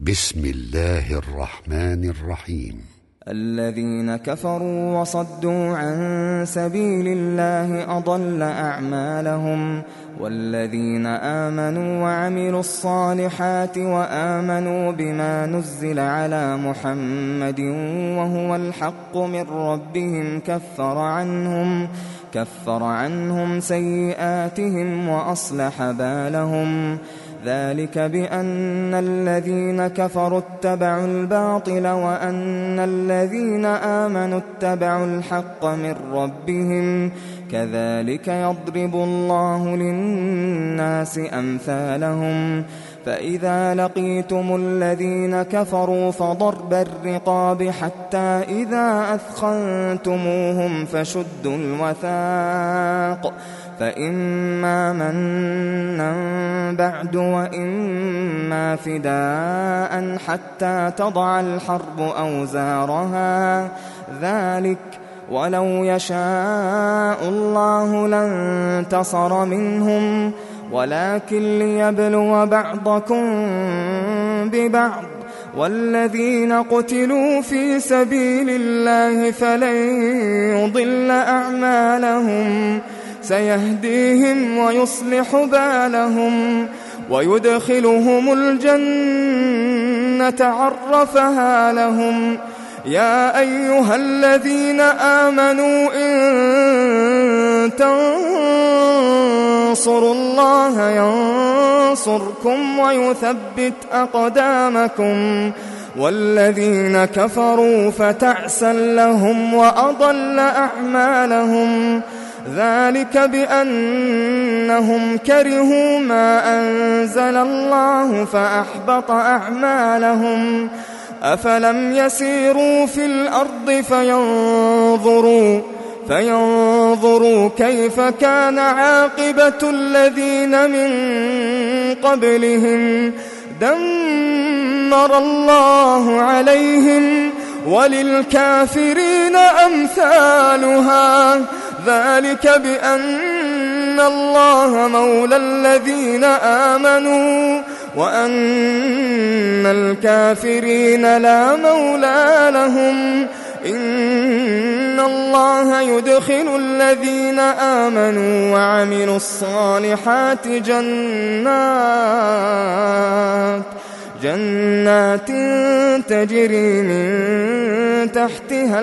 بسم الله الرحمن الرحيم. الذين كفروا وصدوا عن سبيل الله أضل أعمالهم، والذين آمنوا وعملوا الصالحات وآمنوا بما نزل على محمد وهو الحق من ربهم كفر عنهم سيئاتهم وأصلح بالهم. ذلك بأن الذين كفروا اتبعوا الباطل وأن الذين آمنوا اتبعوا الحق من ربهم، كذلك يضرب الله للناس أمثالهم. فإذا لقيتم الذين كفروا فضرب الرقاب حتى إذا أثخنتموهم فشدوا الوثاق، فإما منا بعد وإما فداء حتى تضع الحرب أوزارها، ذلك ولو يشاء الله لانتصر منهم، ولكن ليبلو بعضكم ببعض. والذين قتلوا في سبيل الله فلن يضل أعمالهم، سيهديهم ويصلح بالهم ويدخلهم الجنة عرفها لهم. يا أيها الذين آمنوا إن تنصروا الله ينصركم ويثبت أقدامكم، والذين كفروا فتعسا لهم وأضل أعمالهم. ذلك بأنهم كرهوا ما أنزل الله فأحبط أعمالهم. أفلم يسيروا في الأرض فينظروا كيف كان عاقبة الذين من قبلهم، دمر الله عليهم وللكافرين أمثالها. ذلك بأن الله مولى الذين آمنوا وأن الكافرين لا مولى لهم. إن الله يدخل الذين آمنوا وعملوا الصالحات جنات تجري من تحتها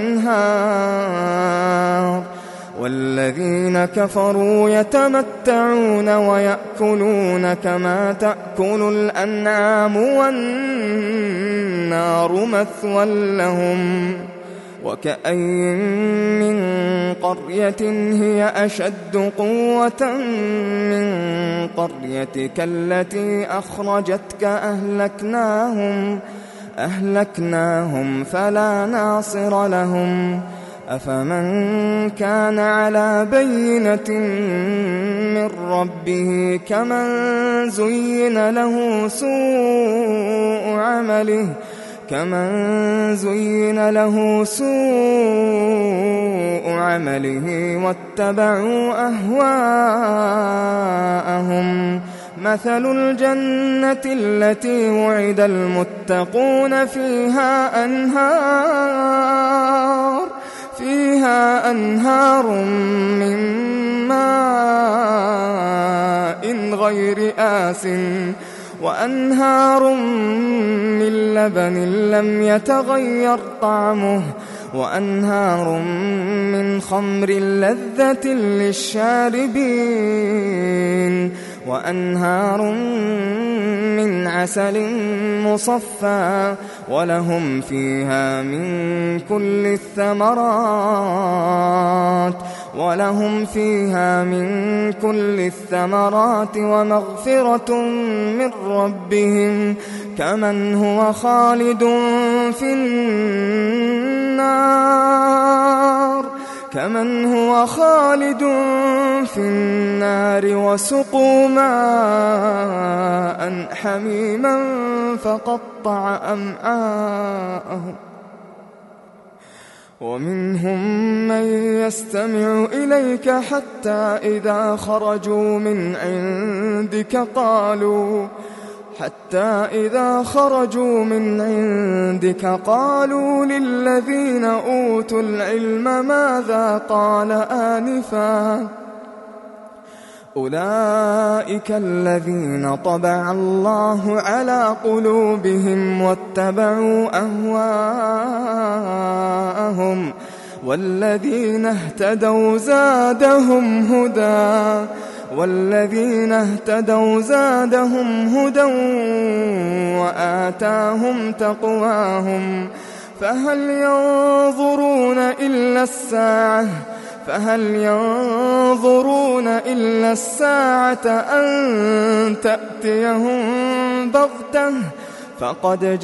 الأنهار، والذين كفروا يتمتعون ويأكلون كما تأكل الأنعام والنار مثوى لهم. وكأين من قرية هي أشد قوة من قريتك التي أخرجتك أهلكناهم فلا ناصر لهم. أفمن كان على بينة من ربه كمن زين له سوء عمله واتبعوا أهواءهم. مثل الجنة التي وعد المتقون فيها أنهار من ماء غير آسٍ وأنهار من لبن لم يتغير طعمه وأنهار من خمر لذة للشاربين وأنهار من عسل مصفى ولهم فيها من كل الثمرات ومغفرة من ربهم كمن هو خالد في النار وسقوا ماء حميما فقطع أمعاءهم. ومنهم من يستمع إليك حتى إذا خرجوا من عندك حتى إذا خرجوا من عندك قالوا للذين أوتوا العلم ماذا قال آنفا أولئك الذين طبع الله على قلوبهم واتبعوا أهواءهم والذين اهتدوا زادهم هدى وآتاهم تقواهم فهل ينظرون إلا الساعة أن تأتيهم بغتة فقد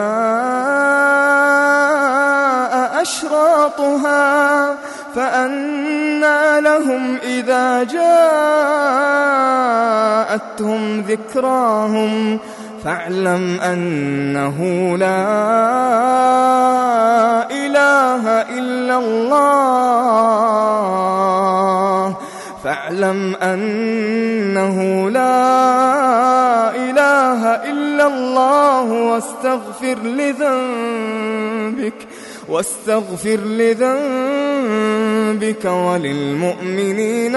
جاء أشراطها فأنى لهم إذا جاءتهم ذكراهم فاعلم أنه لا إله إلا الله واستغفر لذنبك وللمؤمنين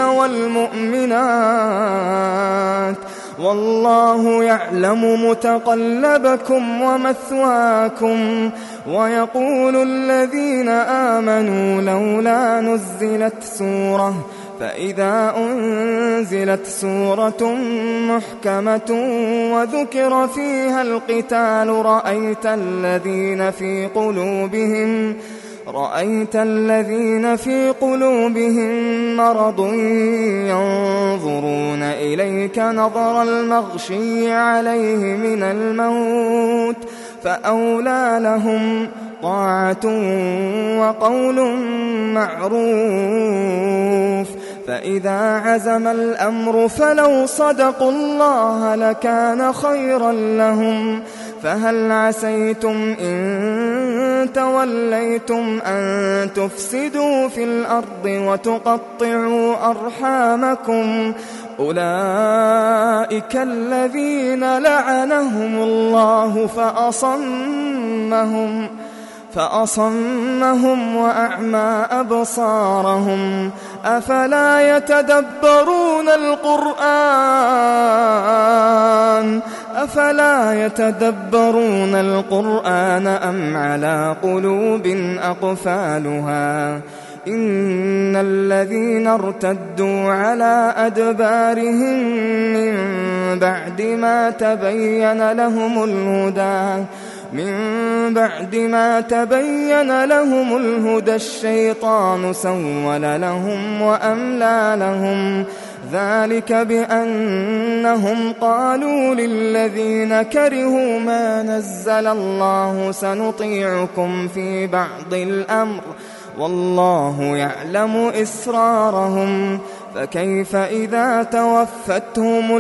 والمؤمنات والله يعلم متقلبكم ومثواكم ويقول الذين آمنوا لولا نزلت سورة فإذا أنزلت سورة محكمة وذكر فيها القتال رأيت الذين في قلوبهم مرض ينظرون إليك نظر المغشي عليه من الموت فأولى لهم طاعة وقول معروف فإذا عزم الأمر فلو صدقوا الله لكان خيرا لهم فهل عسيتم إن توليتم أن تفسدوا في الأرض وتقطعوا أرحامكم أولئك الذين لعنهم الله فأصمهم وأعمى أبصارهم أفلا يتدبرون القرآن أم على قلوب أقفالها إن الذين ارتدوا على أدبارهم من بعد ما تبين لهم الهدى الشيطان سول لهم وأملى لهم ذلك بأنهم قالوا للذين كرهوا ما نزل الله سنطيعكم في بعض الأمر والله يعلم إسرارهم فكيف إذا توفتهم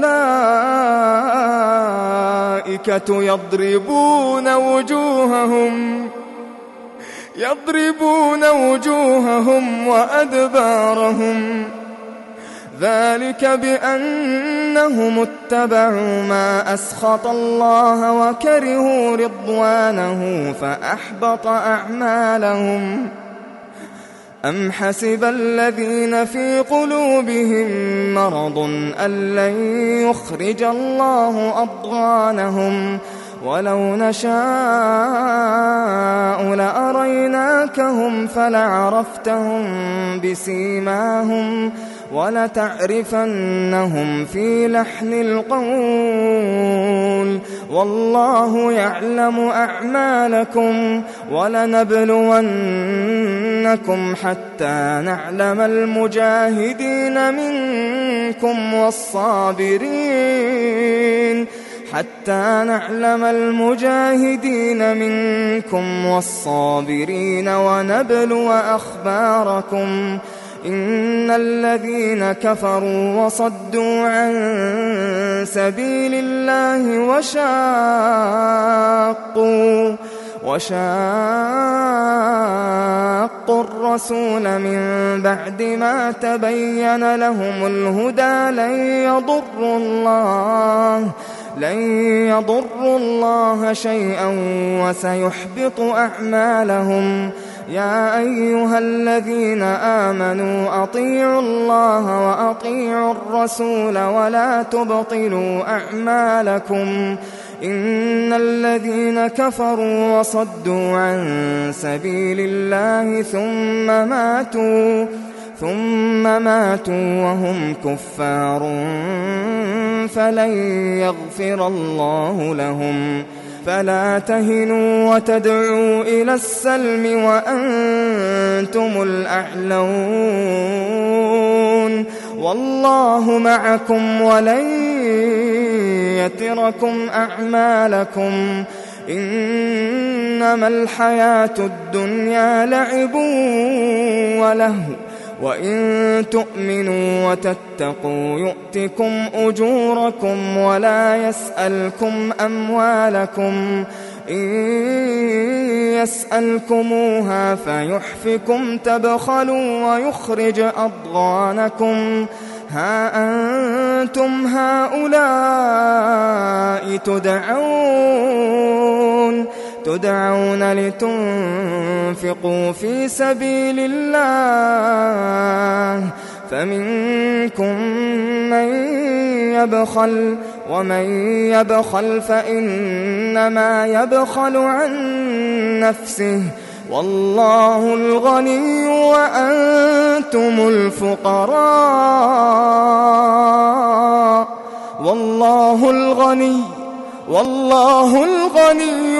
الملائكة يضربون وجوههم وأدبارهم ذلك بأنهم اتبعوا ما أسخط الله وكرهوا رضوانه فأحبط أعمالهم أم حسب الذين في قلوبهم مرض أن لن يخرج الله أضغانهم ولو نشاء لأريناكهم فلعرفتهم بسيماهم ولتعرفنهم في لحن القول والله يعلم أعمالكم ولنبلونكم حتى نعلم المجاهدين منكم والصابرين ونبلو أخباركم إن الذين كفروا وصدوا عن سبيل الله وشاقوا الرسول من بعد ما تبين لهم الهدى لن لن يضروا الله شيئا وسيحبط أعمالهم. يا أيها الذين آمنوا أطيعوا الله وأطيعوا الرسول ولا تبطلوا أعمالكم. إن الذين كفروا وصدوا عن سبيل الله ثم ماتوا وهم كفار فلن يغفر الله لهم. فلا تهنوا وتدعوا إلى السلم وأنتم الأعلون والله معكم ولن يتركم أعمالكم. إنما الحياة الدنيا لعب ولهو وإن تؤمنوا وتتقوا يؤتكم أجوركم ولا يسألكم أموالكم. إن يسألكموها فيحفكم تبخلوا ويخرج أضغانكم. ها أنتم هؤلاء تدعون لتنفقوا في سبيل الله فمنكم من يبخل ومن يبخل فإنما يبخل عن نفسه والله الغني وأنتم الفقراء. والله الغني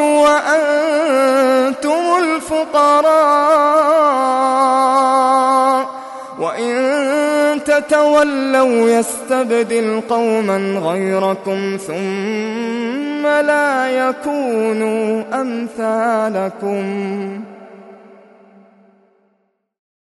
وأنتم الفقراء. وإن تتولوا يستبدل قوما غيركم ثم لا يكونوا أمثالكم.